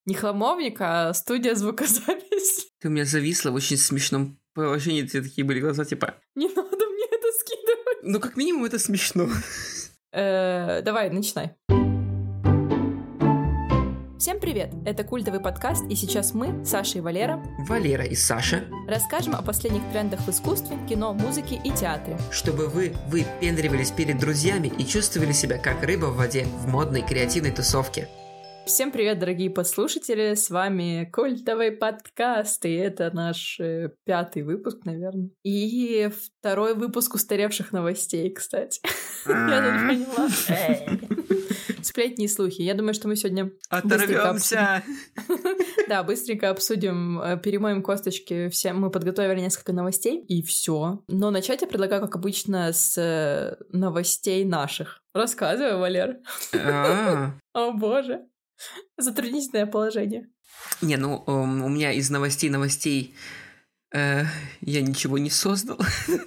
Не хламовник, а студия звукозаписи. Ты у меня зависла в очень смешном положении, у тебя такие были глаза, типа... Не надо мне это скидывать. Ну, как минимум, это смешно. Давай, начинай. Всем привет! Это культовый подкаст, и сейчас мы, Саша и Валера, Валера и Саша, расскажем о последних трендах в искусстве, кино, музыке и театре. Чтобы вы выпендривались перед друзьями и чувствовали себя как рыба в воде в модной креативной тусовке. Всем привет, дорогие подслушатели! С вами культовый подкаст, и это наш 5-й выпуск, наверное. И 2-й выпуск устаревших новостей, кстати. Я тут поняла. Сплетни и слухи. Я думаю, что мы сегодня оторвемся. Да, быстренько обсудим, перемоем косточки. Мы подготовили несколько новостей, и все. Но начать я предлагаю, как обычно, с новостей наших. Рассказывай, Валер. О боже. Затруднительное положение. Не, ну, у меня из новостей я ничего не создал.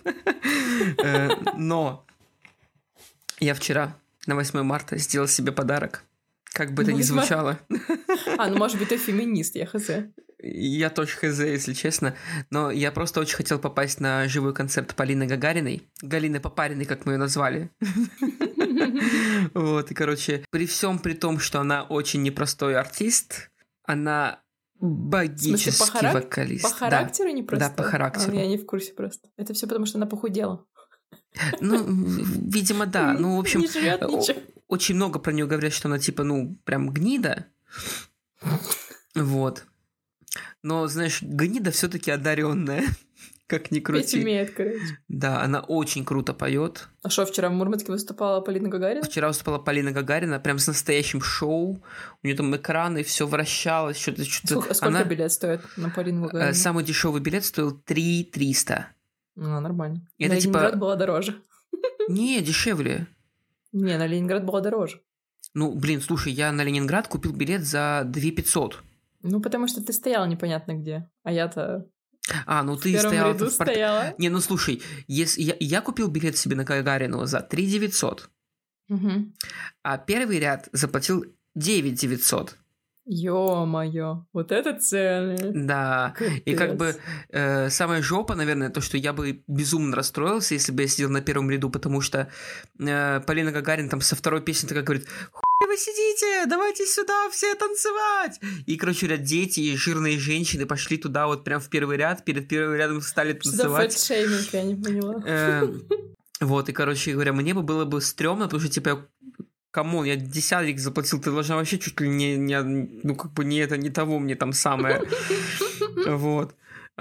Но я вчера на 8 марта сделал себе подарок. Как бы это ни звучало. Ну может быть, ты феминист, я хз. Я тоже хз, если честно. Но я просто очень хотел попасть на живой концерт Полины Гагариной. Галины Попариной, как мы ее назвали. Вот, и, короче, при всем при том, что она очень непростой артист, она богический вокалист. По характеру непростой? Да, по характеру. Я не в курсе просто. Это все потому, что она похудела. Ну, видимо, да. Ну, в общем, ничего. Очень много про нее говорят, что она типа, прям гнида. Вот. Но, знаешь, гнида все-таки одаренная. Как ни крути. Петь умеет, короче. Да, она очень круто поет. А что, вчера в Мурманске выступала Полина Гагарина? Вчера выступала Полина Гагарина, прям с настоящим шоу. У нее там экраны, все вращалось, что-то. Сколько билет стоит на Полину Гагарину? Самый дешевый билет стоил 3300. Нормально. Это на Ленинград было дороже. Не, дешевле. Не, на Ленинград было дороже. Ну, блин, слушай, я на Ленинград купил билет за 2500. Ну, потому что ты стоял непонятно где. А я-то... Ты стояла в стояла. Не, ну слушай, я купил билет себе на Гагарину за 3900. А первый ряд заплатил 9900. Ё-моё, вот это цены. Да, капец. И как бы самая жопа, наверное, то, что я бы безумно расстроился, если бы я сидел на первом ряду, потому что Полина Гагарина там со второй песни такая говорит: «Хуй вы сидите, давайте сюда все танцевать!» И, короче говоря, дети и жирные женщины пошли туда вот прям в первый ряд, перед первым рядом стали танцевать. Что за фэтшейминг, я не поняла. Вот, и, короче говоря, мне было бы стрёмно, потому что, типа, камон, я 10 заплатил, ты должна вообще чуть ли не того мне там самое. Вот.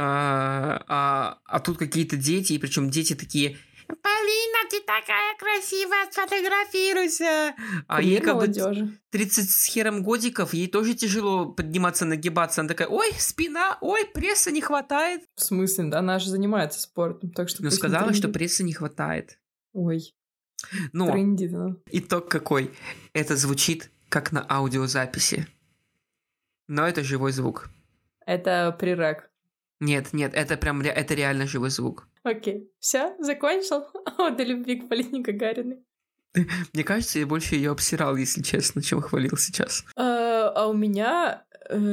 А тут какие-то дети, и причем дети такие: «Полина, ты такая красивая, сфотографируйся!» А ей как бы 30 с хером годиков, ей тоже тяжело подниматься, нагибаться. Она такая: «Ой, спина, ой, пресса не хватает». В смысле? Да она же занимается спортом, так что... Ну, сказала, что пресса не хватает. Ой. Но трендит, да. Итог какой? Это звучит как на аудиозаписи. Но это живой звук. Это пререк. Нет, это реально живой звук. Окей. Все, закончил? До любви к Полине Гагариной. Мне кажется, я больше ее обсирал, если честно, чем хвалил сейчас. А у меня...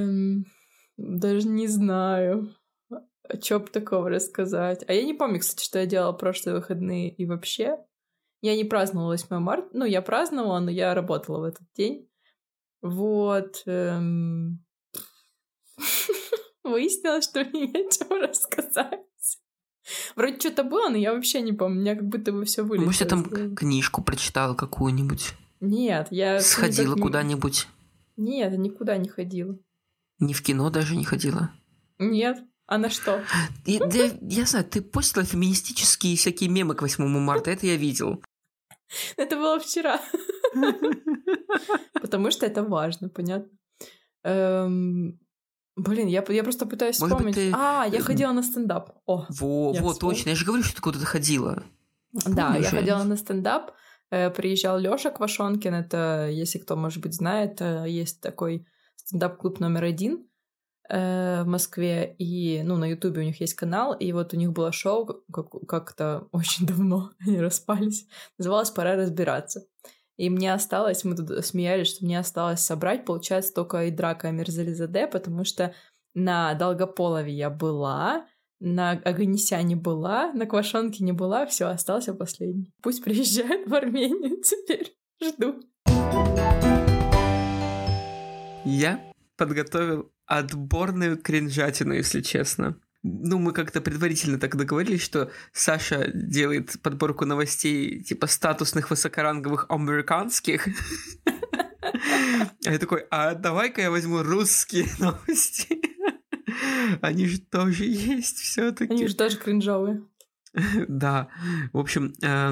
даже не знаю, что бы такого рассказать. А я не помню, кстати, что я делала в прошлые выходные и вообще. Я не праздновала 8 марта. Ну, я праздновала, но я работала в этот день. Вот. Выяснилось, что мне нечего рассказать. Вроде что-то было, но я вообще не помню. У меня как будто бы все вылетело. Может, я там книжку прочитала какую-нибудь? Нет, я... Сходила куда-нибудь? Нет, я никуда не ходила. Ни в кино даже не ходила? Нет. А на что? Я знаю, ты постила феминистические всякие мемы к 8 марта, это я видел. Это было вчера. Потому что это важно, понятно? Блин, я просто пытаюсь вспомнить. Я ходила на стендап. Вот, точно. Я же говорю, что ты куда-то ходила. Да, я ходила на стендап. Приезжал Лёша Квашонкин. Это, если кто, может быть, знает, есть такой стендап-клуб номер 1 в Москве, и, на Ютубе у них есть канал, и вот у них было шоу как-то очень давно, они распались, называлось «Пора разбираться». И мне осталось, мы тут смеялись, что мне осталось собрать, получается, только Идрака Мирзализаде, потому что на Долгополове я была, на Оганесяне была, на Квашонке не была, все, остался последний. Пусть приезжает в Армению теперь. Жду. Я подготовил отборную кринжатину, если честно. Ну, мы как-то предварительно так договорились, что Саша делает подборку новостей типа статусных, высокоранговых, американских. А я такой, а давай-ка я возьму русские новости. Они же тоже есть все-таки. Они же тоже кринжовые. Да, в общем,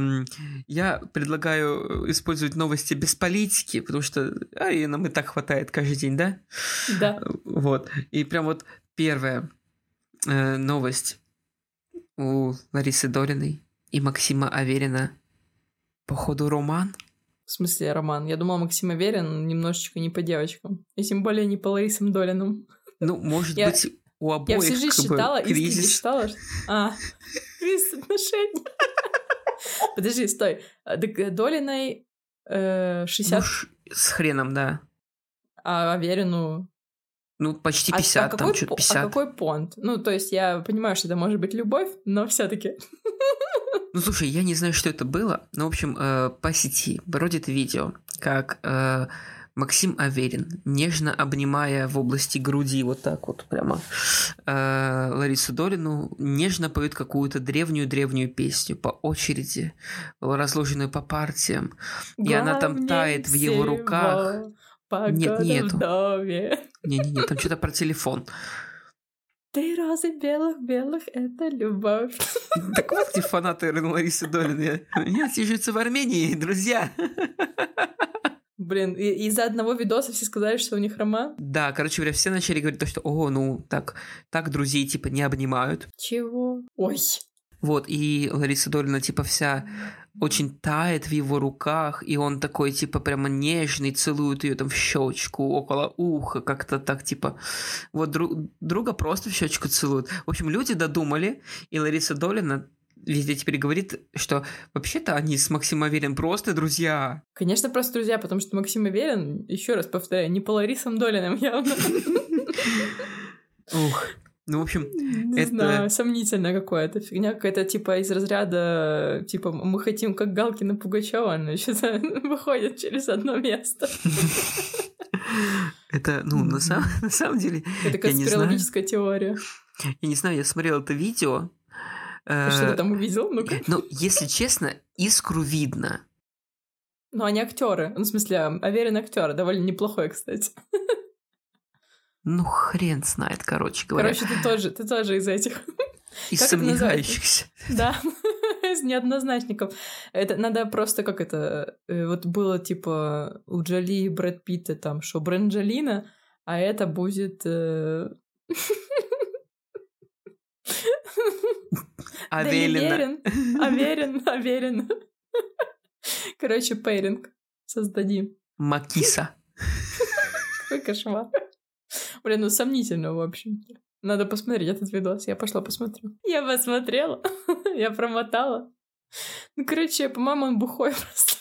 я предлагаю использовать новости без политики, потому что нам и так хватает каждый день, да? Да. Вот, и прям вот первая новость у Ларисы Долиной и Максима Аверина. Походу, роман? В смысле роман? Я думала, Максим Аверин немножечко не по девочкам. И тем более не по Ларисам Долиным. Ну, может быть, у обоих я всю жизнь считала, кризис. искренне считала, что... кризис отношений. Подожди, стой. Долиной 60... Ну, с хреном, да. А Аверину... Ну, почти 50, там что-то 50. А какой понт? Ну, то есть я понимаю, что это может быть любовь, но все-таки. Ну, слушай, я не знаю, что это было, но, в общем, по сети бродит видео, как Максим Аверин, нежно обнимая в области груди вот так вот прямо Ларису Долину, нежно поет какую-то древнюю песню по очереди, разложенную по партиям, и она там тает в его руках. Нет, нету. Не-не-не, там что-то про телефон. Ты розы белых, это любовь. Так вот где фанаты Ларисы Долиной. Они живут в Армении, друзья. Блин, из-за одного видоса все сказали, что у них роман? Да, короче говоря, все начали говорить, что, так друзей, типа, не обнимают. Чего? Ой. Вот, и Лариса Долина, типа, вся очень тает в его руках, и он такой, типа, прямо нежный, целует ее там в щечку, около уха, как-то так, типа, вот друга просто в щечку целует. В общем, люди додумали, и Лариса Долина везде теперь говорит, что вообще-то они с Максимом Авериным просто друзья. Конечно, просто друзья, потому что Максим Аверин, еще раз повторяю, не по Ларисам Долиным явно. Ух. Ну, в общем, не знаю, сомнительно какое-то. Фигня какая-то, типа, из разряда, типа, мы хотим как Галкина Пугачева, но что-то выходит через одно место. Это, на самом деле, это конспирологическая теория. Я не знаю, я смотрел это видео. Что ты там увидел? Ну-ка. Ну, если честно, искру видно. Ну, они актеры. Ну, в смысле, Аверин актер, довольно неплохой, кстати. Ну, хрен знает, короче говоря. Короче, ты тоже из этих. Из сомневающихся. Да, из неоднозначников. Это надо просто, вот было, типа, у Джоли и Брэд Питта там, что Брэнджолина, а это будет... Аверин. Короче, пейринг создадим. Макиса. Какой кошмар. Блин, ну сомнительно, в общем-то. Надо посмотреть этот видос. Я пошла посмотрю. Я посмотрела. Я промотала. Ну, короче, по-моему, он бухой просто.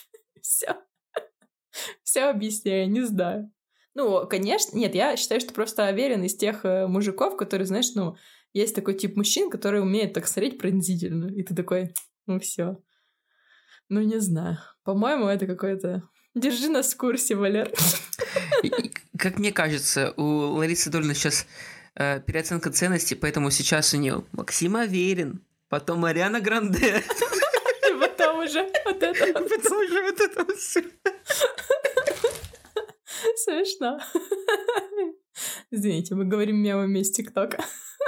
Все объясняю, не знаю. Ну, конечно, нет, я считаю, что просто Аверин из тех мужиков, которые, знаешь, есть такой тип мужчин, который умеет так смотреть пронзительно. И ты такой, все. Ну, не знаю. По-моему, это какой-то... Держи нас в курсе, Валер. Как мне кажется, у Ларисы Долиной сейчас переоценка ценностей, поэтому сейчас у нее Максим Аверин, потом Ариана Гранде. И потом уже вот это. Потом уже вот это все. Смешно. Извините, мы говорим мемами из ТикТока.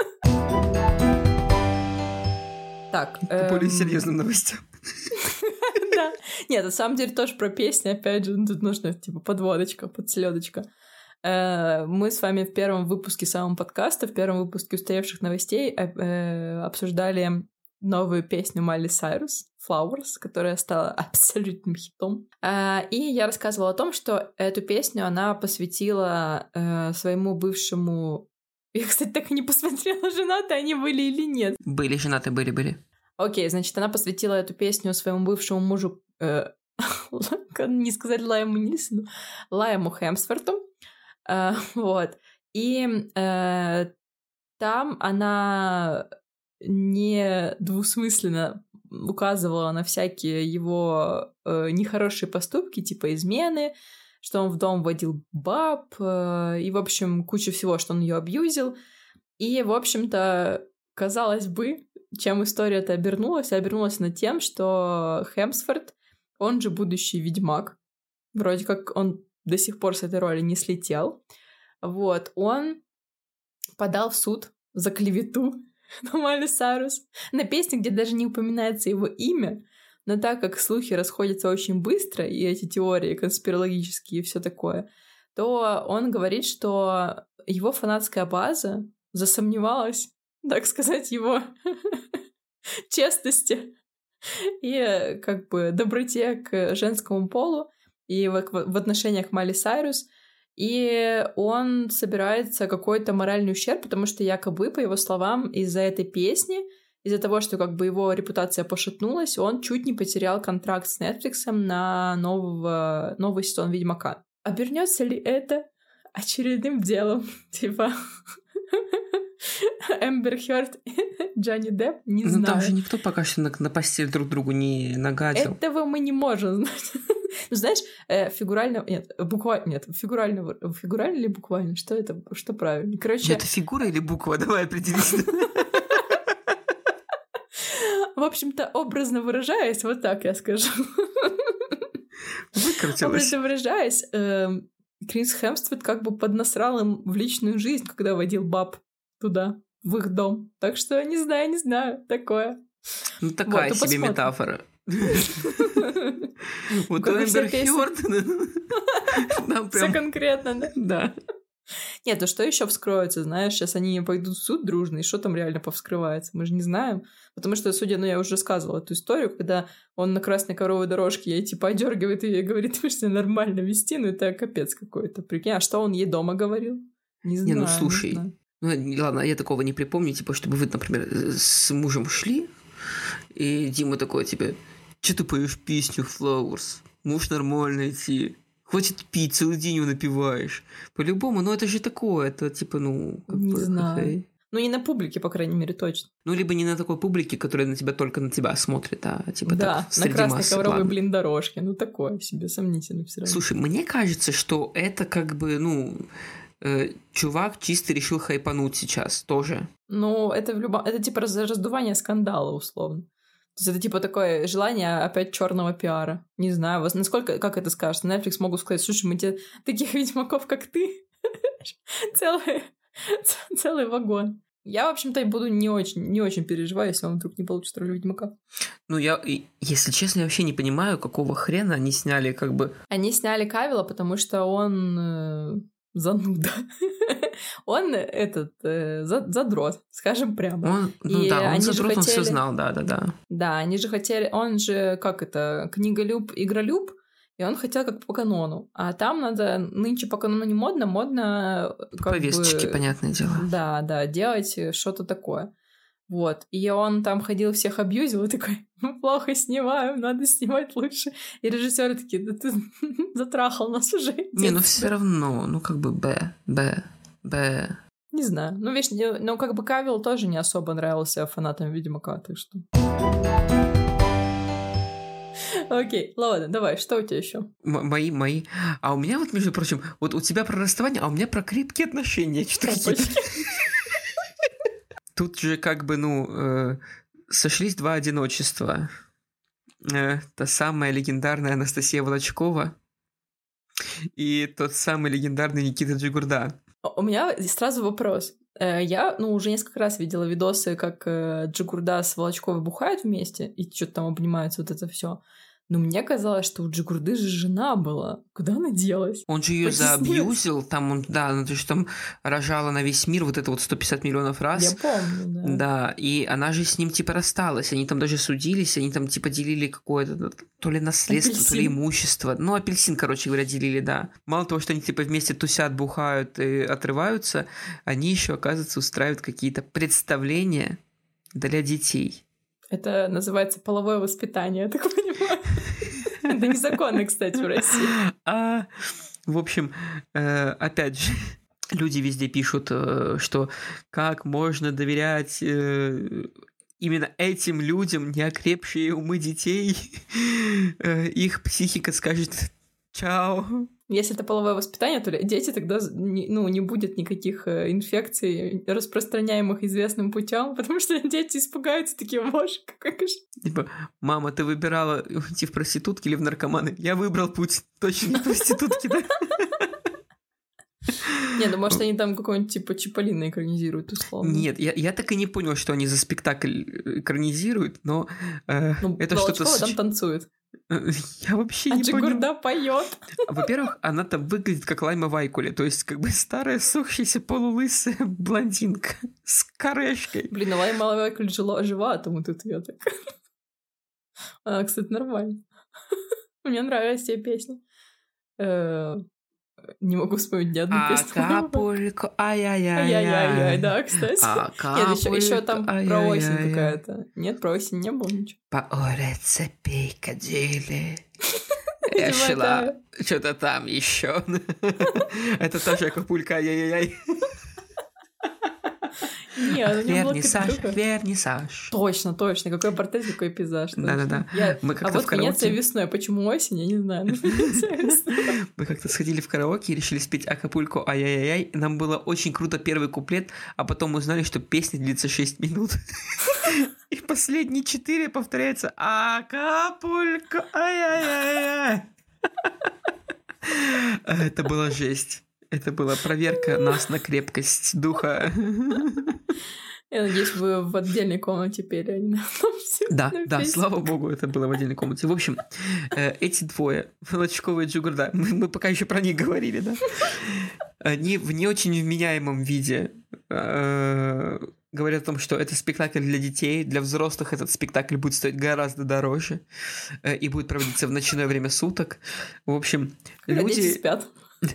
Так. Более серьезным новостям. Да. Нет, на самом деле тоже про песни, опять же, тут нужна, типа, подводочка, подселёдочка. Мы с вами в первом выпуске самого подкаста, в первом выпуске «Устаревших новостей» обсуждали новую песню Майли Сайрус «Flowers», которая стала абсолютным хитом. И я рассказывала о том, что эту песню она посвятила своему бывшему... Я, кстати, так и не посмотрела, женаты они были или нет. Были женаты, были. Окей, значит, она посвятила эту песню своему бывшему мужу не сказать Лайму Нильсону, Лайму Хемсворту. Вот. И там она не двусмысленно указывала на всякие его нехорошие поступки, типа измены, что он в дом водил баб, и, в общем, куча всего, что он ее абьюзил. И, в общем-то, казалось бы, чем история-то обернулась? Обернулась на тем, что Хемсворт, он же будущий ведьмак, вроде как он до сих пор с этой роли не слетел, вот, он подал в суд за клевету на Майли Сайрус, на песне, где даже не упоминается его имя, но так как слухи расходятся очень быстро, и эти теории конспирологические и все такое, то он говорит, что его фанатская база засомневалась, так сказать, его честности и как бы доброте к женскому полу и в отношениях Майли Сайрус. И он собирается какой-то моральный ущерб, потому что якобы, по его словам, из-за этой песни, из-за того, что как бы его репутация пошатнулась, он чуть не потерял контракт с Netflix на новый сезон Ведьмака. Обернется ли это очередным делом? Типа Эмбер Хёрд, Джонни Депп? Не знаю. Там же никто пока что на постель друг другу не нагадил. Этого мы не можем знать. Ну, знаешь, фигурально... Нет, буквально... Нет, фигурально... Фигурально или буквально? Что это? Что правильно? Короче... Это фигура или буква? Давай определимся. В общем-то, образно выражаясь, вот так я скажу. Выкрутилась. Образно выражаясь, Крис Хемсворт как бы поднасрал им в личную жизнь, когда водил баб туда, в их дом. Так что не знаю, такое. Ну, такая вот, себе метафора. Вот у Эмбер Хёрд. Все конкретно, да? Да. Нет, ну что еще вскроется, знаешь? Сейчас они пойдут в суд дружно, и что там реально повскрывается? Мы же не знаем. Потому что, судя, я уже рассказывала эту историю, когда он на красной коровой дорожке ей типа одергивает ее и говорит, вы что, нормально вести? Ну это капец какой-то. Прикинь, а что он ей дома говорил? Не знаю. Не, ну слушай, ну ладно, я такого не припомню, типа, чтобы вы, например, с мужем шли, и Дима такой тебе, что ты поешь песню Flowers? Муж нормально идти. Хватит пить, целый день его напиваешь. По-любому, ну это же такое, это типа, ну... Не знаю. Ну не на публике, по крайней мере, точно. Ну либо не на такой публике, которая на тебя только на тебя смотрит, а типа да, так среди на красной массы, ковровой, ладно. блин, дорожке. Ну такое себе сомнительно все равно. Слушай, мне кажется, что это как бы, ну... чувак чисто решил хайпануть сейчас тоже. Ну, это это типа раздувание скандала, условно. То есть это типа такое желание опять черного пиара. Не знаю, насколько, как это скажешь, Netflix могут сказать, слушай, мы тебе таких ведьмаков, как ты, целый вагон. Я, в общем-то, буду не очень переживаю, если он вдруг не получит роль ведьмака. Ну, если честно, я вообще не понимаю, какого хрена они сняли как бы... Они сняли Кавилла, потому что он... зануда. Он задрот, скажем прямо. Он задрот, он все знал, да. Да, они же хотели, он же, книголюб, игролюб, и он хотел как по канону. А там надо, нынче по канону не модно повесточки, понятное дело. Да, делать что-то такое. Вот. И он там ходил, всех абьюзил, и такой, мы плохо снимаем, надо снимать лучше. И режиссеры такие, да ты затрахал нас уже. Не, ну все равно, ну как бы Б. Не знаю. Ну, видишь, ну как бы Кавилл тоже не особо нравился фанатам Ведьмака, так что... Окей, ладно, давай, что у тебя еще? Мои. А у меня вот, между прочим, вот у тебя про расставание, а у меня про крепкие отношения. Тут же как бы, сошлись два одиночества. Та самая легендарная Анастасия Волочкова и тот самый легендарный Никита Джигурда. У меня сразу вопрос. Я, уже несколько раз видела видосы, как Джигурда с Волочковой бухают вместе и что-то там обнимаются, вот это все. Но мне казалось, что у Джигурды же жена была. Куда она делась? Он же ее заабьюзил, там она же там рожала на весь мир вот это вот 150 миллионов раз. Я помню, да. Да, и она же с ним типа рассталась, они там даже судились, они там типа делили какое-то то ли наследство, апельсин. То ли имущество. Ну, апельсин, короче говоря, делили, да. Мало того, что они типа вместе тусят, бухают и отрываются, они еще, оказывается, устраивают какие-то представления для детей. Это называется половое воспитание, я так понимаю. Это незаконно, кстати, в России. В общем, опять же, люди везде пишут, что как можно доверять именно этим людям, неокрепшие умы детей, их психика скажет «чао». Если это половое воспитание, то дети тогда не будет никаких инфекций, распространяемых известным путем, потому что дети испугаются такие, боже, какой кошмар. Типа, мама, ты выбирала идти в проститутки или в наркоманы? Я выбрал путь точно не проститутки, да? Не, ну может они там какой-нибудь типа Чиполлино экранизируют, условно. Нет, я так и не понял, что они за спектакль экранизируют, но это что-то... Волочкова там танцует. Я вообще не понял. А Джигурда поет. Во-первых, она там выглядит как Лайма Вайкуле, то есть как бы старая, сохшаяся, полулысая блондинка с корешкой. Блин, а Лайма Вайкуле жива, а тому тут её так. Она, кстати, нормально. Мне нравятся те песни. Не могу вспомнить ни одну песню. Акапулько, ай-яй-яй. Ай-яй-яй, да, кстати. Акапулько, Нет, еще там про осень ай-яй-яй. какая-то. Нет, про осень не было ничего. По улице Пикадилли. Я шла что-то там еще. Это тоже Акапулько, ай-яй-яй. Нет, Вернисаж, вернисаж. Точно, какой портрет, какой пейзаж. Да-да-да. Мы А как-то вот в караоке... Венеция весной, почему осень, я не знаю. Мы как-то сходили в караоке и решили спеть Акапулько, ай-яй-яй. Нам было очень круто первый куплет, а потом узнали, что песня длится 6 минут. И последние 4 повторяются Акапулько, ай-яй-яй. Это была жесть. Это была проверка нас на крепкость духа. Я надеюсь, вы в отдельной комнате пели, а не на одном всем. Да, слава богу, это было в отдельной комнате. В общем, эти двое, Волочкова и Джигурда, мы пока еще про них говорили, да? Они в не очень вменяемом виде говорят о том, что это спектакль для детей, для взрослых этот спектакль будет стоить гораздо дороже и будет проводиться в ночное время суток. В общем, когда люди... дети спят.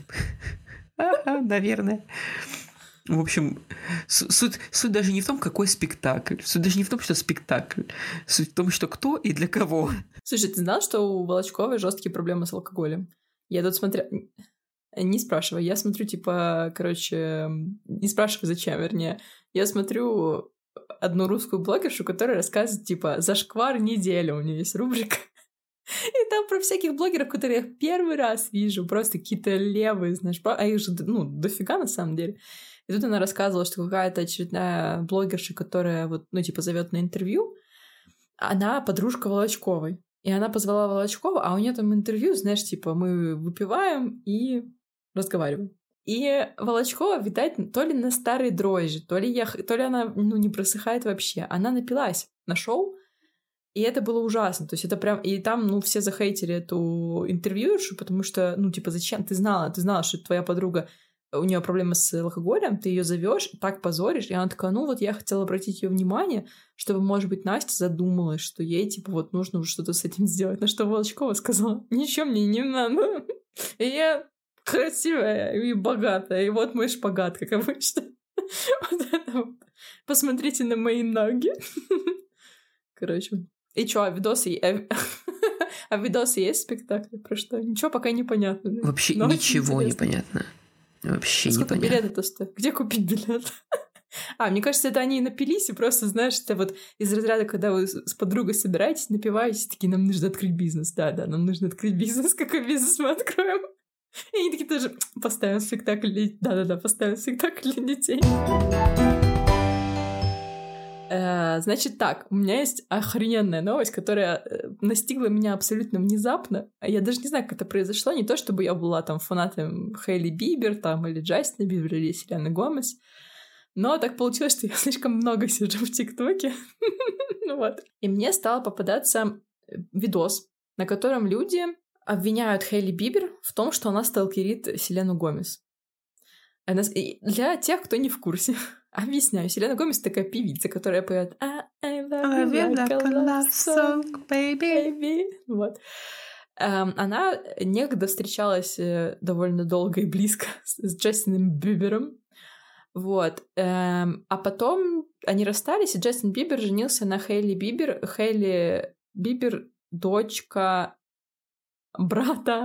Наверное. В общем, суть даже не в том, какой спектакль. Суть даже не в том, что спектакль. Суть в том, что кто и для кого. Слушай, ты знал, что у Волочковой жесткие проблемы с алкоголем? Я тут смотрела... Не спрашивай, я смотрю, типа, короче... Не спрашивай, зачем, вернее. Я смотрю одну русскую блогершу, которая рассказывает, типа, «Зашквар недели». У нее есть рубрика. И там про всяких блогеров, которые я первый раз вижу, просто какие-то левые, знаешь, а их же, дофига на самом деле. И тут она рассказывала, что какая-то очередная блогерша, которая вот, типа, зовет на интервью, она подружка Волочковой. И она позвала Волочкову, а у нее там интервью, знаешь, типа, мы выпиваем и разговариваем. И Волочкова, видать, то ли на старой дрожжи, то ли она, не просыхает вообще. Она напилась на шоу, и это было ужасно. То есть это прям... И там, все захейтили эту интервьюершу, потому что, типа, зачем? Ты знала, что твоя подруга, у нее проблемы с алкоголем, ты ее зовешь, так позоришь. И она такая, я хотела обратить ее внимание, чтобы, может быть, Настя задумалась, что ей, типа, вот нужно уже что-то с этим сделать. На что Волочкова сказала, ничего мне не надо. И я красивая и богатая. И вот мой шпагат, как обычно. Вот это вот. Посмотрите на мои ноги. Короче... И чё, а видосы есть в спектакле? Про что? Ничего пока не понятно. Да? Вообще ничего не понятно. Вообще сколько непонятно. билеты-то стоят? Где купить билет? Мне кажется, это они напились, и просто, знаешь, это вот из разряда, когда вы с подругой собираетесь, напиваетесь, такие, нам нужно открыть бизнес. Да, нам нужно открыть бизнес. Какой бизнес мы откроем? И они такие тоже, поставим спектакль. Да, поставим спектакль для детей. Значит так, у меня есть охрененная новость, которая настигла меня абсолютно внезапно. Я даже не знаю, как это произошло. Не то, чтобы я была там фанатом Хейли Бибер там, или Джастина Бибера, или Селены Гомес. Но так получилось, что я слишком много сижу в ТикТоке. Вот. И мне стал попадаться видос, на котором люди обвиняют Хейли Бибер в том, что она сталкерит Селену Гомес. Для тех, кто не в курсе, объясняю. Селена Гомес такая певица, которая поет I love you like a love song, baby. Вот. Она некогда встречалась довольно долго и близко с Джастином Бибером. Вот. А потом они расстались, и Джастин Бибер женился на Хейли Бибер. Хейли Бибер — дочка брата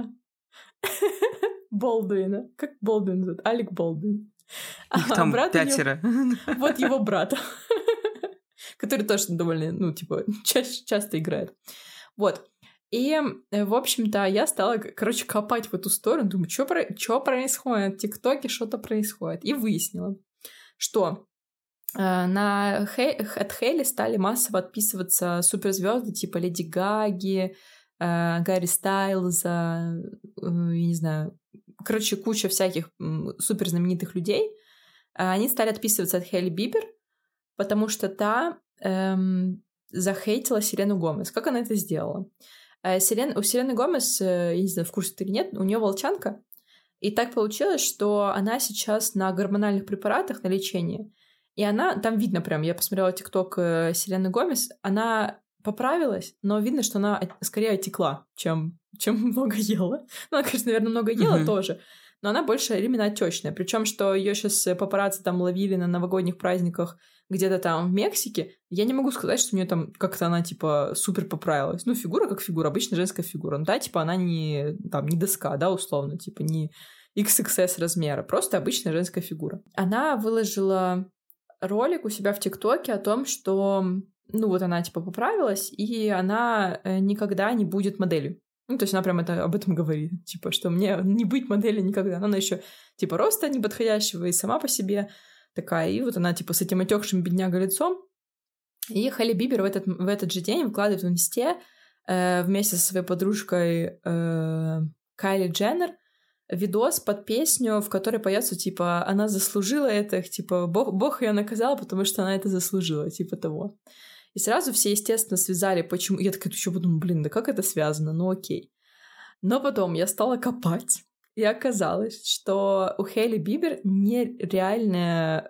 Болдуина. Как Болдуин зовут? Алек Болдуин. Их там 5. Вот его брата. Который тоже довольно, ну, типа, часто играет. Вот. И, в общем-то, я стала, короче, копать в эту сторону. Думаю, что происходит? В ТикТоке что-то происходит. И выяснила, что от Хейли стали массово отписываться суперзвезды типа Леди Гаги, Гарри Стайлза, я не знаю, короче, куча всяких суперзнаменитых людей. Они стали отписываться от Хейли Бибер, потому что захейтила Селену Гомес. Как она это сделала? У Селены Гомес, я не знаю, в курсе ты или нет, у нее волчанка, и так получилось, что она сейчас на гормональных препаратах на лечении, и она, там видно прям, я посмотрела ТикТок Селены Гомес, она поправилась, но видно, что она скорее отекла, чем много ела. Ну, она, конечно, наверное, много ела тоже, но она больше именно отечная. Причем, что ее сейчас папарацци там ловили на новогодних праздниках где-то там в Мексике, я не могу сказать, что у нее там как-то она, типа, супер поправилась. Ну, фигура как фигура, обычная женская фигура. Ну, да, типа, она не доска, да, условно, типа, не XXS размера, просто обычная женская фигура. Она выложила ролик у себя в ТикТоке о том, что, ну, вот она, типа, поправилась, и она никогда не будет моделью. Ну, то есть она прям об этом говорит, типа, что мне не быть моделью никогда. Но она еще типа, роста неподходящего и сама по себе такая. И вот она, типа, с этим отекшим бедняга лицом. И Хейли Бибер в этот же день выкладывает в инсте вместе со своей подружкой Кайли Дженнер видос под песню, в которой поется, типа, она заслужила это, типа, Бог ее наказал, потому что она это заслужила, типа того. И сразу все, естественно, связали, почему... Я такая еще подумала, блин, да как это связано? Ну окей. Но потом я стала копать, и оказалось, что у Хейли Бибер нереальная,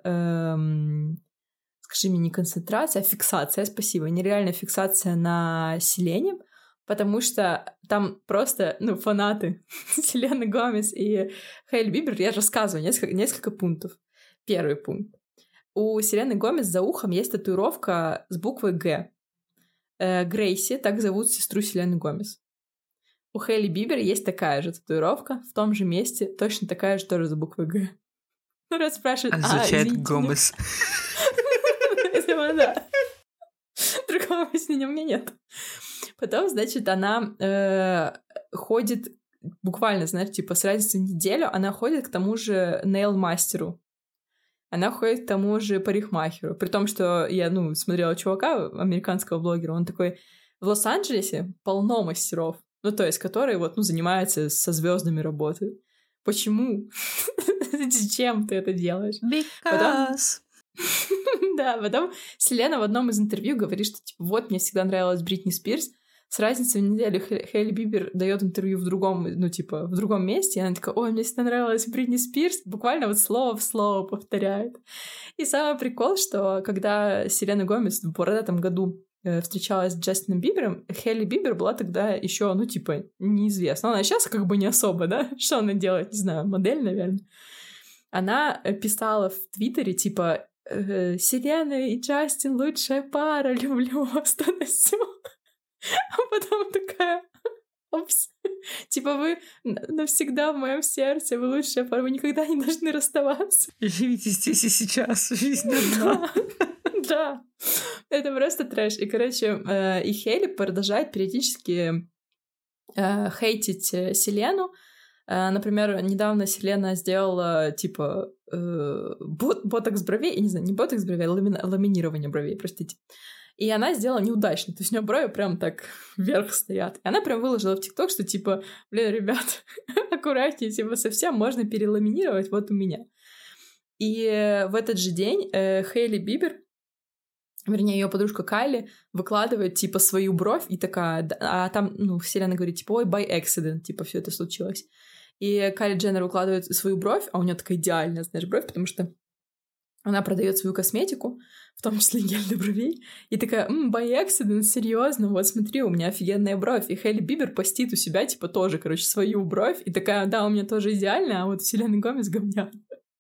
скажи мне, не концентрация, а фиксация, спасибо, нереальная фиксация на Селене, потому что там просто, ну, фанаты Селены Гомес и Хейли Бибер, я рассказываю несколько пунктов. Первый пункт. У Селены Гомес за ухом есть татуировка с буквой «Г». Грейси, так зовут сестру Селены Гомес. У Хейли Бибер есть такая же татуировка в том же месте, точно такая же тоже с буквой «Г». Ну, раз спрашивают... Означает Гомес. Да. Другого объяснения у меня нет. Потом, значит, она ходит буквально, знаешь, типа с разницей в неделю, она ходит к тому же нейл-мастеру. Она ходит к тому же парикмахеру. При том, что я, ну, смотрела чувака, американского блогера, он такой, в Лос-Анджелесе полно мастеров, ну, то есть, которые вот, ну, занимаются со звездами работают. Почему? Зачем ты это делаешь? Because... Да, потом Селена в одном из интервью говорит, что, типа, вот, мне всегда нравилась Бритни Спирс, с разницей в неделю Хейли Бибер дает интервью в другом, ну, типа, в другом месте, и она такая, ой, мне всегда нравилась Бритни Спирс, буквально вот слово в слово повторяет. И самый прикол, что когда Селена Гомес в бородатом году встречалась с Джастином Бибером, Хейли Бибер была тогда еще, ну, типа, неизвестна. Она сейчас как бы не особо, да? Что она делает? Не знаю, модель, наверное. Она писала в Твиттере, типа, Селена и Джастин лучшая пара, люблю вас, то на всё. А потом такая, опс, типа вы навсегда в моем сердце, вы лучшая пара, вы никогда не должны расставаться. Живите здесь и сейчас, жизнь одна. Да, это просто трэш. И, короче, и Хейли продолжает периодически хейтить Селену. Например, недавно Селена сделала, типа, ботокс бровей, я не знаю, не ботокс бровей, а ламинирование бровей, простите. И она сделала неудачно. То есть у нее брови прям так вверх стоят. И она прям выложила в ТикТок, что типа, блин, ребят, аккуратнее, типа совсем можно переламинировать вот у меня. И в этот же день Хейли Бибер, вернее, ее подружка Кайли выкладывает, типа, свою бровь и такая... А там, ну, Селена говорит, типа, ой, by accident, типа, все это случилось. И Кайли Дженнер выкладывает свою бровь, а у нее такая идеальная, знаешь, бровь, потому что она продает свою косметику, в том числе гель для бровей, и такая, by accident, серьезно, вот смотри, у меня офигенная бровь. И Хейли Бибер постит у себя, типа, тоже, короче, свою бровь, и такая, да, у меня тоже идеальная, а вот Селена Гомес говня.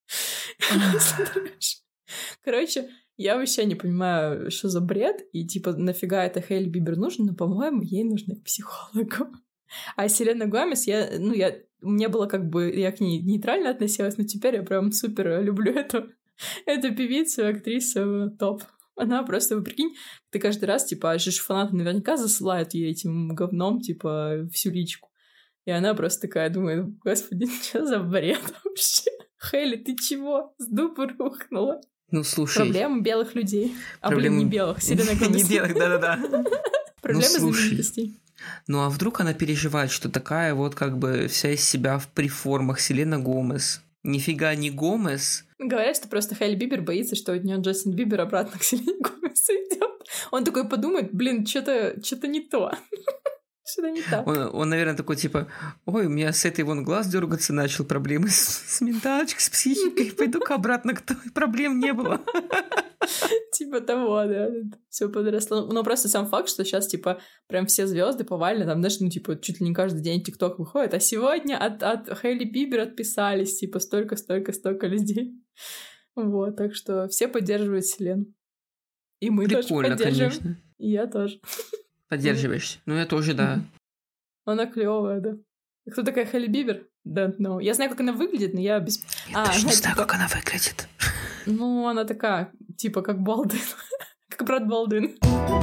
Короче, я вообще не понимаю, что за бред, и, типа, нафига это Хейли Бибер нужно, но, по-моему, ей нужно к психологу. А Селена Гомес, мне было как бы... Я к ней нейтрально относилась, но теперь я прям супер люблю эту певицу, актрису, топ. Она просто, вы прикинь, ты каждый раз, типа, же фанаты наверняка засылают ей этим говном, типа, всю личку. И она просто такая думает, господи, что за бред вообще? Хейли, ты чего? С дуба рухнула. Ну, слушай... Проблема белых людей. Не белых, Селена Гомес. Не белых, да-да-да. Проблема знаменитостей. Ну, а вдруг она переживает, что такая вот как бы вся из себя в приформах Селена Гомес? Нифига не Гомес. Говорят, что просто Хейли Бибер боится, что от нее Джастин Бибер обратно к Селене Гомес идет. Он такой подумает, блин, что-то не то. Что-то не так. Он, наверное, такой, типа, ой, у меня с этой вон глаз дергаться начал, проблемы с менталочкой, с психикой, пойду-ка обратно к той, проблем не было. Типа того, да. Все подросло. Но просто сам факт, что сейчас, типа, прям все звезды повально, там, знаешь, ну, типа, чуть ли не каждый день ТикТок выходит, а сегодня от Хейли Бибер отписались, типа, столько людей. Вот, так что все поддерживают Селен. И мы тоже поддерживаем. Конечно. И я тоже. Поддерживаешь? Ну, я тоже, да. Она клевая, да. Кто такая Хейли Бибер? Don't know. Я знаю, как она выглядит, но я без... Я даже не знаю, как она выглядит. Ну, она такая, типа, как Балдын. Как брат Балдын.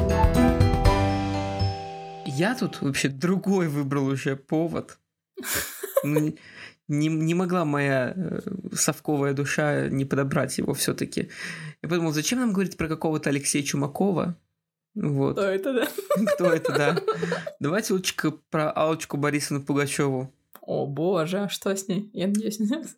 Я тут вообще другой выбрал уже повод. Ну, не могла моя совковая душа не подобрать его все-таки. Я подумал, зачем нам говорить про какого-то Алексея Чумакова? Вот. Кто это, да? Кто это, да. Давайте лучше про Аллочку Борисовну Пугачеву. О, боже, а что с ней? Я надеюсь,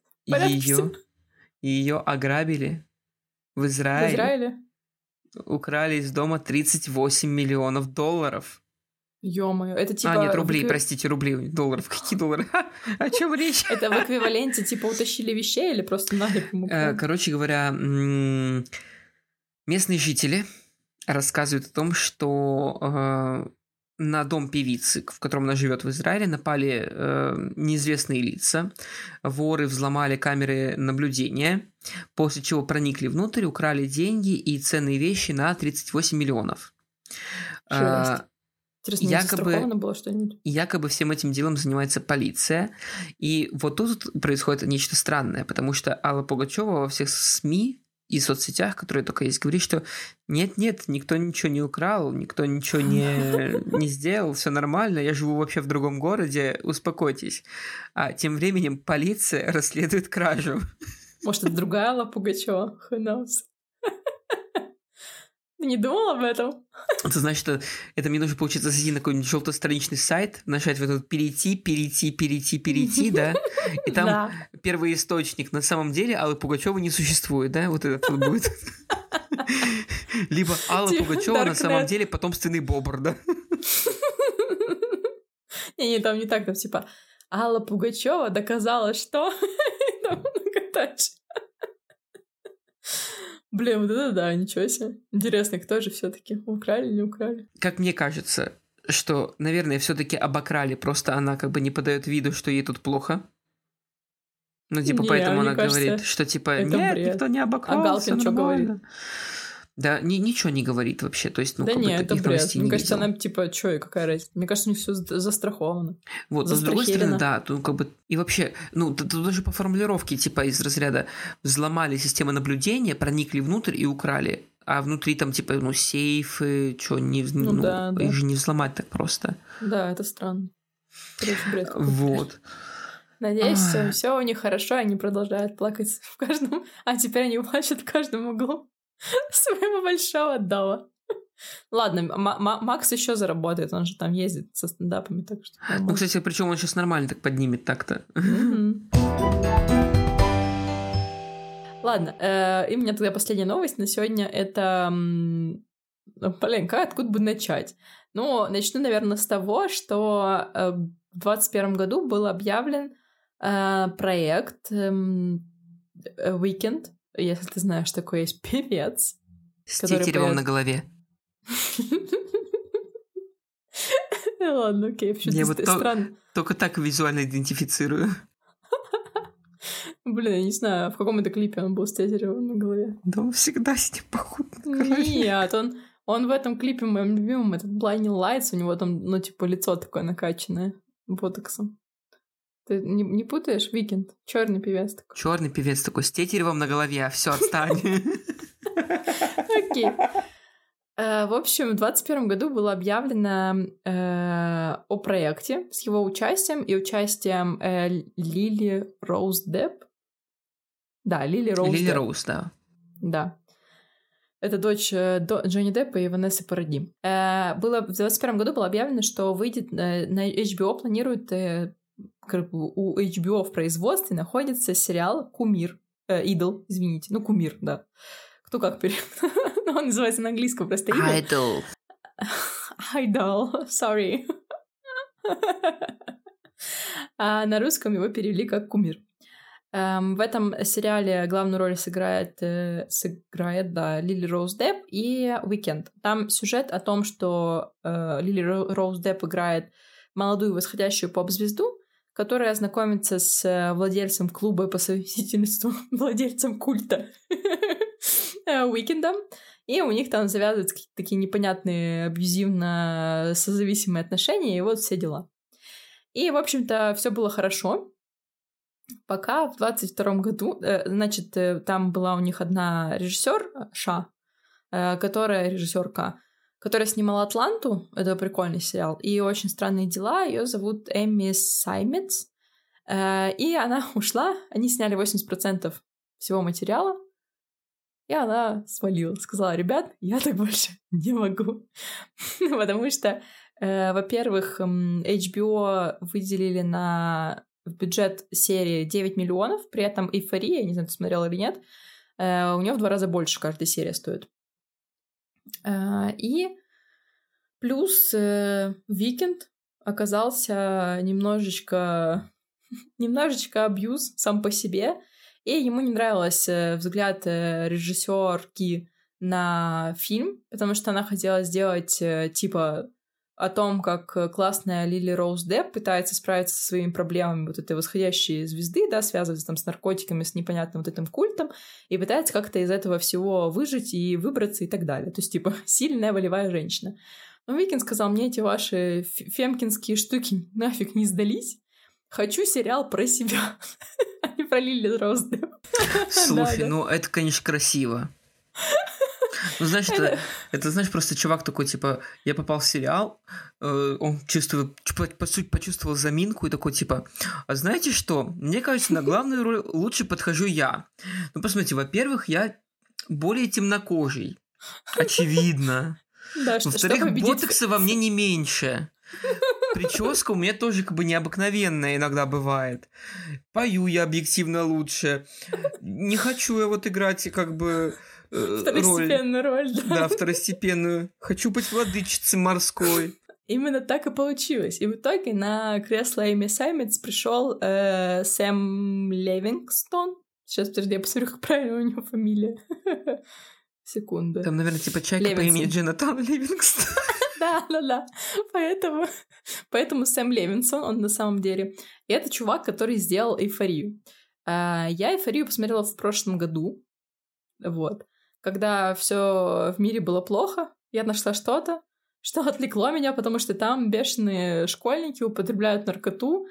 Ее ограбили в Израиле. В Израиле? Украли из дома $38 миллионов. Ё-моё, это типа... нет, рублей, простите, рублей, долларов. Какие доллары? О чем речь? Это в эквиваленте, типа, утащили вещей или просто налепом? Короче говоря, местные жители рассказывают о том, что на дом певицы, в котором она живет в Израиле, напали неизвестные лица. Воры взломали камеры наблюдения, после чего проникли внутрь, украли деньги и ценные вещи на 38 миллионов. Интересно, застраховано было что-нибудь? Якобы всем этим делом занимается полиция. И вот тут происходит нечто странное, потому что Алла Пугачева во всех СМИ и соцсетях, которые только есть, говорит, что нет-нет, никто ничего не украл, никто ничего не сделал, все нормально, я живу вообще в другом городе, успокойтесь. А тем временем полиция расследует кражу. Может, это другая Алла Пугачева? Who knows? Ты не думал об этом? Это значит, что это мне нужно, получается, зайти на какой-нибудь желтостраничный сайт, нажать в этот перейти, да? И там первый источник. На самом деле Аллы Пугачевой не существует, да? Вот это вот будет. Либо Алла Пугачева на самом деле потомственный бобр, да? Не, там не так, там типа Алла Пугачева доказала, что... Там дальше. Блин, вот это да, ничего себе. Интересно, кто же все-таки украли, не украли? Как мне кажется, что, наверное, все-таки обокрали, просто она как бы не подает виду, что ей тут плохо. Ну, типа, поэтому она говорит, что типа, нет, бред. Никто не обокрал. А Галкин что говорит? Да, ничего не говорит вообще. То есть, ну, да как нет, бы таких новостей не Мне кажется, видел. она типа, что и какая разница? Мне кажется, у них все застраховано. Вот, но с другой стороны, да, тут как бы... И вообще, ну, тут даже по формулировке, типа, из разряда взломали систему наблюдения, проникли внутрь и украли. А внутри там, типа, ну, сейфы, что, да. Их же не взломать так просто. Да, это странно. Бред вот. Надеюсь, все у них хорошо, они продолжают плакать в каждом... А теперь они плачут в каждом углу своего большого дома. Ладно, Макс еще заработает, он же там ездит со стендапами, так что... Ну, кстати, причем он сейчас нормально так поднимет так-то. Ладно, и у меня тогда последняя новость на сегодня, это... Блин, откуда бы начать? Ну, начну, наверное, с того, что в 2021 году был объявлен проект Weekend, если ты знаешь, такой есть певец. С тетеревом на голове. Ладно, окей, я вот только так визуально идентифицирую. Блин, я не знаю, в каком это клипе он был с тетеревом на голове. Да он всегда с ним походу. Нет, он в этом клипе моем любимом, этот Blinding Lights, у него там, ну, типа, лицо такое накачанное. ботоксом. Ты не путаешь? Уикенд. Черный певец такой. Черный певец такой, с тетеревом на голове. Все, отстань. Окей. В общем, в 2021 году было объявлено о проекте с его участием и участием Лили Роуз Депп. Да, Лили Роуз Депп. Лили Роуз, да. Да. Это дочь Джонни Деппа и Ванессы Паради. В 2021 году было объявлено, что выйдет на HBO, планирует... у HBO в производстве находится сериал «Кумир». «Идол», извините. Ну, «Кумир», да. Кто как он называется на английском просто «Idol». «Idol», sorry. А на русском его перевели как «Кумир». В этом сериале главную роль сыграет Лили Роуз Депп и Уикенд. Там сюжет о том, что Лили Роуз Депп играет молодую восходящую поп-звезду, которая знакомится с владельцем клуба по совместительству, владельцем культа Уикендом, и у них там завязываются какие-то такие непонятные абьюзивно-созависимые отношения, и вот все дела. И, в общем-то, все было хорошо, пока в 22 году, значит, там была у них одна режиссер режиссерка, которая снимала «Атланту», это прикольный сериал, и «Очень странные дела», ее зовут Эми Сайммец, и она ушла, они сняли 80% всего материала, и она свалила, сказала: ребят, я так больше не могу, потому что, во-первых, HBO выделили на бюджет серии 9 миллионов, при этом «Эйфория», не знаю, ты смотрела или нет, у нее в 2 раза больше каждая серия стоит. И плюс Уикенд оказался немножечко абьюз сам по себе, и ему не нравился взгляд режиссерки на фильм, потому что она хотела сделать типа о том, как классная Лили Роуз Депп пытается справиться со своими проблемами вот этой восходящей звезды, да, связывается там с наркотиками, с непонятным вот этим культом, и пытается как-то из этого всего выжить и выбраться и так далее. То есть, типа, сильная волевая женщина. Но Уикенд сказал: мне эти ваши фемкинские штуки нафиг не сдались. Хочу сериал про себя, а не про Лили Роуз Депп. Слушай, ну это, конечно, красиво. Ну, знаешь, это, знаешь, просто чувак такой, типа, я попал в сериал, он почувствовал заминку и такой, типа, а знаете что, мне кажется, на главную роль лучше подхожу я. Ну, посмотрите, во-первых, я более темнокожий, очевидно. Во-вторых, ботокса во мне не меньше. Прическа у меня тоже как бы необыкновенная иногда бывает. Пою я объективно лучше. Не хочу я вот играть как бы... Второстепенную роль, да. Да, второстепенную. Хочу быть владычицей морской. Именно так и получилось. И в итоге на кресло Эми Сайммец пришел Сэм Левингстон. Сейчас, подожди, я посмотрю, как правильно у него фамилия. Секунду. Там, наверное, типа человек по имени Джонатан Ливингстон. Да. Поэтому Сэм Левинсон, он на самом деле. И это чувак, который сделал «Эйфорию». Я «Эйфорию» посмотрела в прошлом году. Вот. Когда все в мире было плохо, я нашла что-то, что отвлекло меня, потому что там бешеные школьники употребляют наркоту,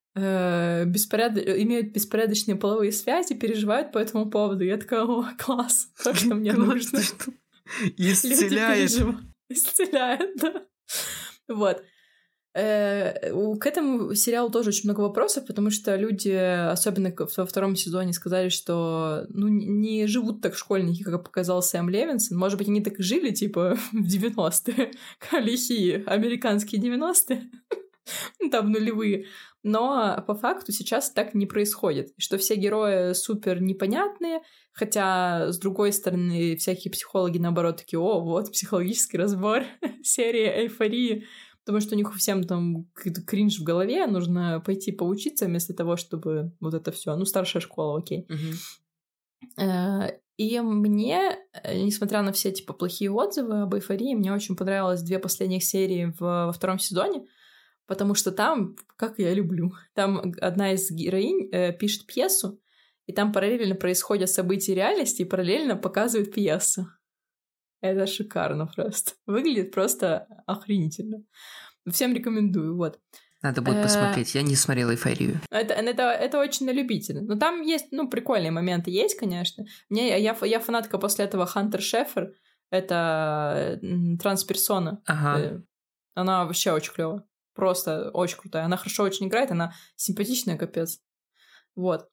имеют беспорядочные половые связи, переживают по этому поводу. Я такая: о, класс, то, что мне нужно. Исцеляет. Исцеляет, да. Вот. К этому сериалу тоже очень много вопросов, потому что люди, особенно во втором сезоне, сказали, что не живут так школьники, как показал Сэм Левинсон. Может быть, они так и жили, типа, в 90-е, лихие американские 90-е, там нулевые. Но по факту сейчас так не происходит. Что все герои супер непонятные, хотя, с другой стороны, всякие психологи, наоборот, такие: о, вот, психологический разбор серии «Эйфории», потому что у них у всем там кринж в голове, нужно пойти поучиться вместо того, чтобы вот это все. Ну, старшая школа, окей. И мне, несмотря на все, типа, плохие отзывы об «Эйфории», мне очень понравилось 2 последних серии во втором сезоне, потому что там, как я люблю, там одна из героинь пишет пьесу, и там параллельно происходят события реальности, и параллельно показывают пьесу. Это шикарно просто. Выглядит просто охренительно. Всем рекомендую, вот. Надо будет посмотреть. Я не смотрела «Эйфорию». Это очень на любителя. Но там есть, прикольные моменты есть, конечно. Я фанатка после этого Хантер Шефер. Это трансперсона. Ага. Она вообще очень клёвая. Просто очень крутая. Она хорошо очень играет, она симпатичная, капец. Вот.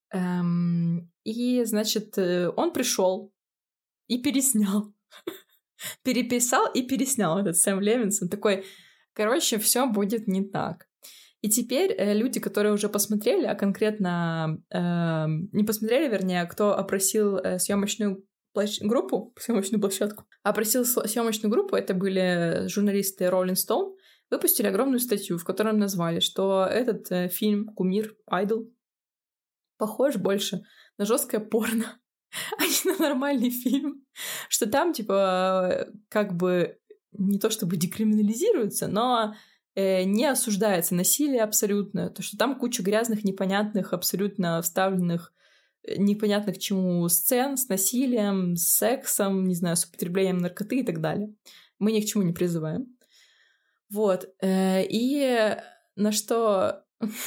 И, значит, он пришел и переснял. Переписал и переснял этот Сэм Левинсон. Такой, короче, все будет не так. И теперь люди, которые уже посмотрели, а конкретно не посмотрели, вернее, кто опросил съемочную площадку, опросил съемочную группу, это были журналисты Rolling Stone, выпустили огромную статью, в которой назвали, что этот фильм «Кумир», «Айдол» похож больше на жесткое порно, а не на нормальный фильм. Что там, типа, как бы не то чтобы декриминализируется, но не осуждается насилие абсолютно. То, что там куча грязных, непонятных, абсолютно вставленных непонятно к чему сцен с насилием, с сексом, не знаю, с употреблением наркоты и так далее. Мы ни к чему не призываем. Вот. И на что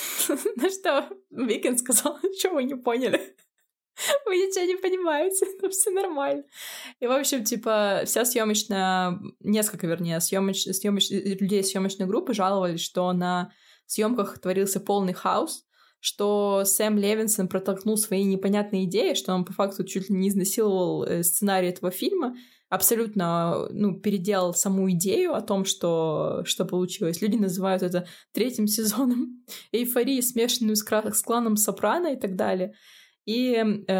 Уикенд сказал, что вы не поняли. Вы ничего не понимаете, там все нормально. И, в общем, типа, несколько людей съемочной группы жаловались, что на съемках творился полный хаос, что Сэм Левинсон протолкнул свои непонятные идеи, что он по факту чуть ли не изнасиловал сценарий этого фильма, абсолютно, переделал саму идею о том, что получилось. Люди называют это 3-м сезоном «Эйфории», смешанную с кланом Сопрано и так далее. И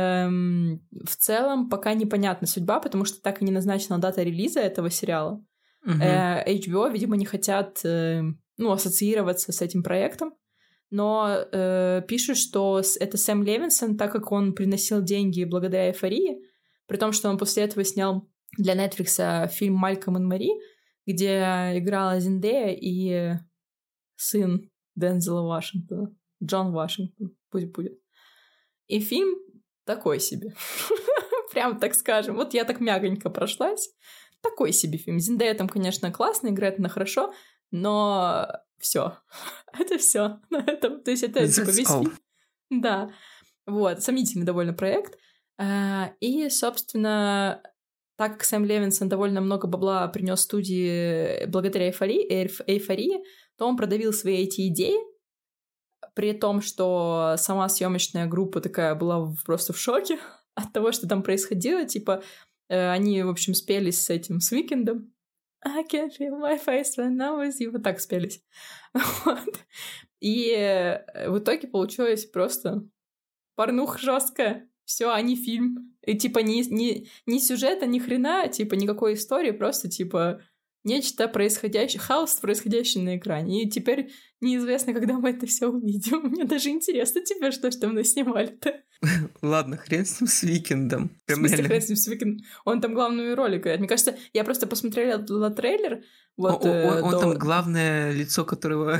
в целом пока непонятна судьба, потому что так и не назначена дата релиза этого сериала. HBO, видимо, не хотят ассоциироваться с этим проектом, но пишут, что это Сэм Левинсон, так как он приносил деньги благодаря «Эйфории», при том, что он после этого снял для Netflix фильм «Малькольм и Мари», где играла Зендея и сын Дензела Вашингтона, Джон Вашингтон, пусть будет. И фильм такой себе. Прям так скажем. Вот я так мягонько прошлась. Такой себе фильм. Зендея там, конечно, классно, играет она хорошо, но все. Это все. То есть это типа весь фильм. Да. Вот. Сомнительный довольно проект. И, собственно, так как Сэм Левинсон довольно много бабла принес студии благодаря «Эйфории», то он продавил свои эти идеи, при том, что сама съемочная группа такая была просто в шоке от того, что там происходило. Типа, они, в общем, спелись с Уикендом. I can't feel my face right now with you. Вот так спелись. Вот. И в итоге получилось просто порнуха жесткая. Все, а не фильм. И типа ни сюжета, ни хрена, типа никакой истории, просто типа нечто происходящее, хаос, происходящий на экране. И теперь неизвестно, когда мы это все увидим. Мне даже интересно теперь, что мы наснимали-то. Ладно, хрен с ним с Уикендом. В смысле, хрен с ним с Уикендом? Он там главную роль играет. Мне кажется, я просто посмотрела трейлер. Вот, он там главное лицо, которого...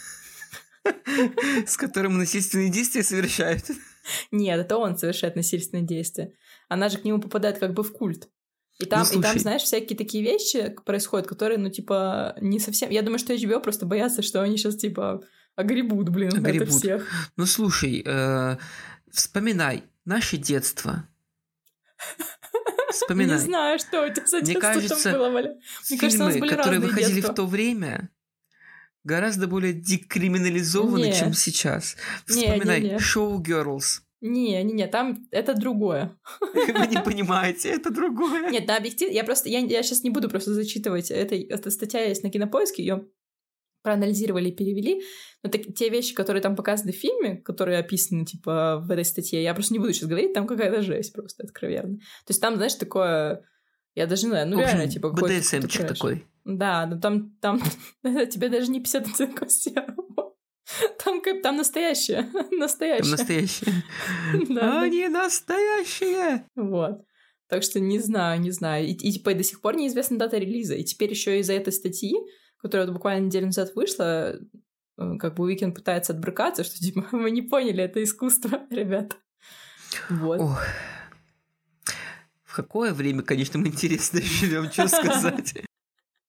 с которым насильственные действия совершают. Нет, это он совершает насильственные действия. Она же к нему попадает как бы в культ. И там, знаешь, всякие такие вещи происходят, которые, не совсем... Я думаю, что HBO просто боятся, что они сейчас, огребут, это всех. Ну, слушай, вспоминай наше детство. Вспоминай. Не знаю, что у тебя за детство кажется, там было, Валя. Мне кажется, у нас были которые выходили детства. в то время, гораздо более декриминализованы, чем сейчас. Вспоминай «Шоу Girls». Не, там это другое. Вы не понимаете, это другое. Нет, на объектив... Я сейчас не буду просто зачитывать. Эта статья есть на Кинопоиске, ее проанализировали и перевели. Но те вещи, которые там показаны в фильме, которые описаны, в этой статье, я просто не буду сейчас говорить, там какая-то жесть просто откровенно. То есть там, знаешь, такое... Я даже не знаю, реально, какой-то... БДСМчик такой. Да, но там тебе даже не 50 оттенков серого. Там настоящее. Там настоящее. Они настоящие! Вот. Так что не знаю. И до сих пор неизвестна дата релиза. И теперь еще из-за этой статьи, которая буквально неделю назад вышла, как бы Уикенд пытается отбрыкаться, что мы не поняли, это искусство, ребята. Вот. Ох. В какое время, конечно, мы интересно живем, что сказать.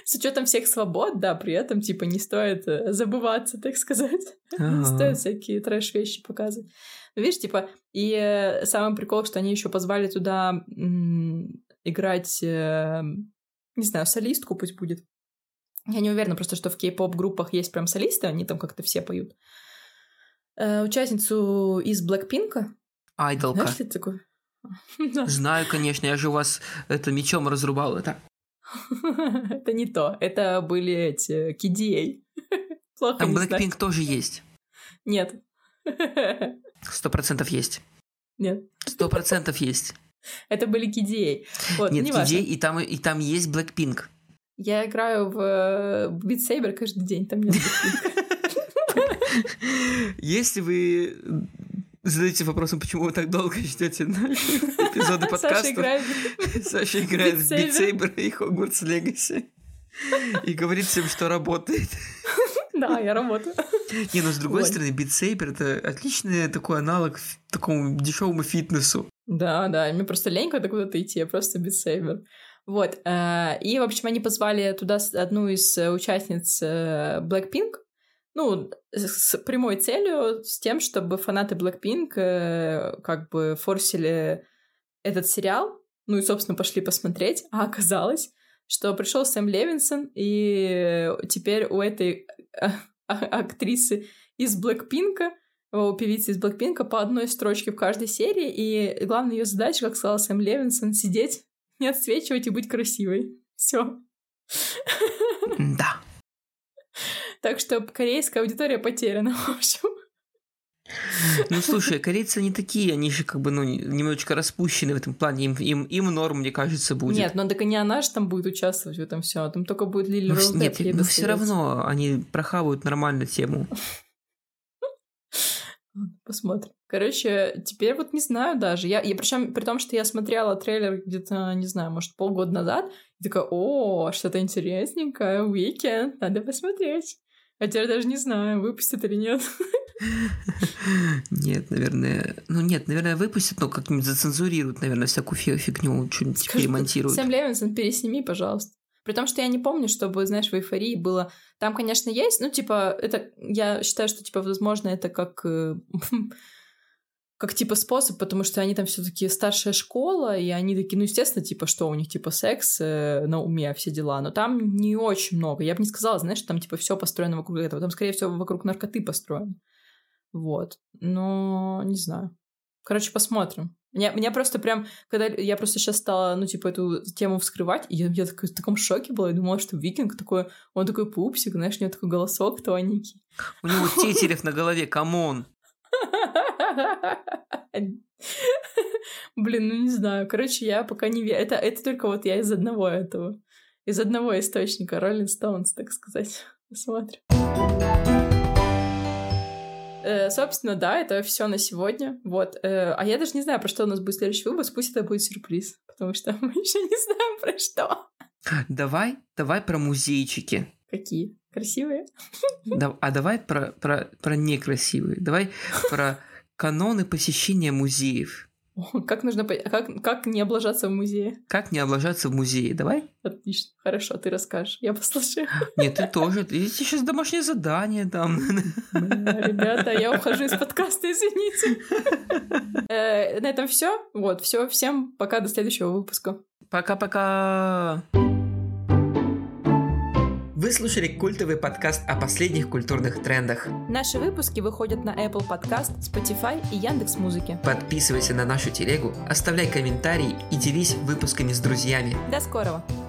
С учетом всех свобод, да, при этом, типа, не стоит забываться, так сказать. Не стоит всякие трэш-вещи показывать. Ну, видишь, типа, и самый прикол, что они еще позвали туда играть, не знаю, солистку пусть будет. Я не уверена просто, что в кей-поп-группах есть прям солисты, они там как-то все поют. Участницу из Блэкпинка. Айдолка. Знаешь, что это такое? Знаю, конечно, я же у вас это мечом разрубал, это. Это не то. Это были эти KDA. Плохо там не Blackpink тоже есть. Нет. 100% есть. Нет. 100% есть. Это были KDA. Вот, нет, KDA, и там есть Blackpink. Я играю в Beat Saber каждый день, там нет Blackpink. Если вы задаете вопросом, почему вы так долго ждете наши эпизоды подкаста, Саша играет в Beat Saber и Hogwarts Legacy. И говорит всем, что работает. Да, я работаю. Не, но с другой стороны, Beat Saber — это отличный такой аналог такому дешевому фитнесу. Да, мне просто лень куда-то идти, я просто Beat Saber. Вот, и, в общем, они позвали туда одну из участниц Blackpink, ну, с прямой целью, с тем, чтобы фанаты Blackpink как бы форсили этот сериал, ну и, собственно, пошли посмотреть, а оказалось, что пришел Сэм Левинсон, и теперь у этой актрисы из Блэкпинка, у певицы из Блэкпинка по одной строчке в каждой серии, и главная ее задача, как сказал Сэм Левинсон, сидеть, не отсвечивать и быть красивой. Все. Да. Так что корейская аудитория потеряна, в общем. Ну, слушай, корейцы не такие, они же как бы, ну, немножечко распущены в этом плане, им норм, мне кажется, будет. Нет, но так и не она же там будет участвовать в этом всем, там только будет Лили Роуз Нет, Депп. но все равно они прохавают нормально тему. Посмотрим. Короче, теперь вот не знаю даже. Я причем при том, что я смотрела трейлер где-то, не знаю, может, полгода назад, и такая, о, что-то интересненькое, Weekend, надо посмотреть. А теперь даже не знаю, выпустят или нет. Нет, наверное, выпустят, но как-нибудь зацензурируют, наверное, всякую фигню, что-нибудь перемонтируют. Сэм Левинсон, пересними, пожалуйста. При том, что я не помню, чтобы, знаешь, в «Эйфории» было... Там, конечно, есть, ну, типа, это... Я считаю, что, типа, возможно, это как типа, способ, потому что они там все-таки старшая школа, и они такие, ну, естественно, типа, что у них, типа, секс на уме, все дела, но там не очень много. Я бы не сказала, знаешь, что там, типа, все построено вокруг этого. Там, скорее всего, вокруг наркоты построено. Вот. Но не знаю. Короче, посмотрим. Меня просто прям, когда я просто сейчас стала, ну, типа, эту тему вскрывать, и я в таком шоке была, я думала, что Викинг такой, он такой пупсик, знаешь, у него такой голосок тоненький. У него тетерев на голове, камон. Блин, ну не знаю. Короче, я пока не верю. Это только вот я из одного источника, Rolling Stones, так сказать. Посмотрим. Собственно, да, это все на сегодня. Вот. А я даже не знаю, про что у нас будет следующий выпуск. Пусть это будет сюрприз, потому что мы еще не знаем, про что. Давай про музейчики. Какие? Красивые? А давай про некрасивые. Давай про каноны посещения музеев. Как не облажаться в музее? Как не облажаться в музее? Давай? Отлично. Хорошо, ты расскажешь. Я послушаю. Нет, ты тоже. Я тебе сейчас домашнее задание дам. Ребята, я ухожу из подкаста, извините. На этом все. Вот, все. Всем пока, до следующего выпуска. Пока-пока. Вы слушали культовый подкаст о последних культурных трендах. Наши выпуски выходят на Apple Podcast, Spotify и Яндекс.Музыке. Подписывайся на нашу телегу, оставляй комментарии и делись выпусками с друзьями. До скорого!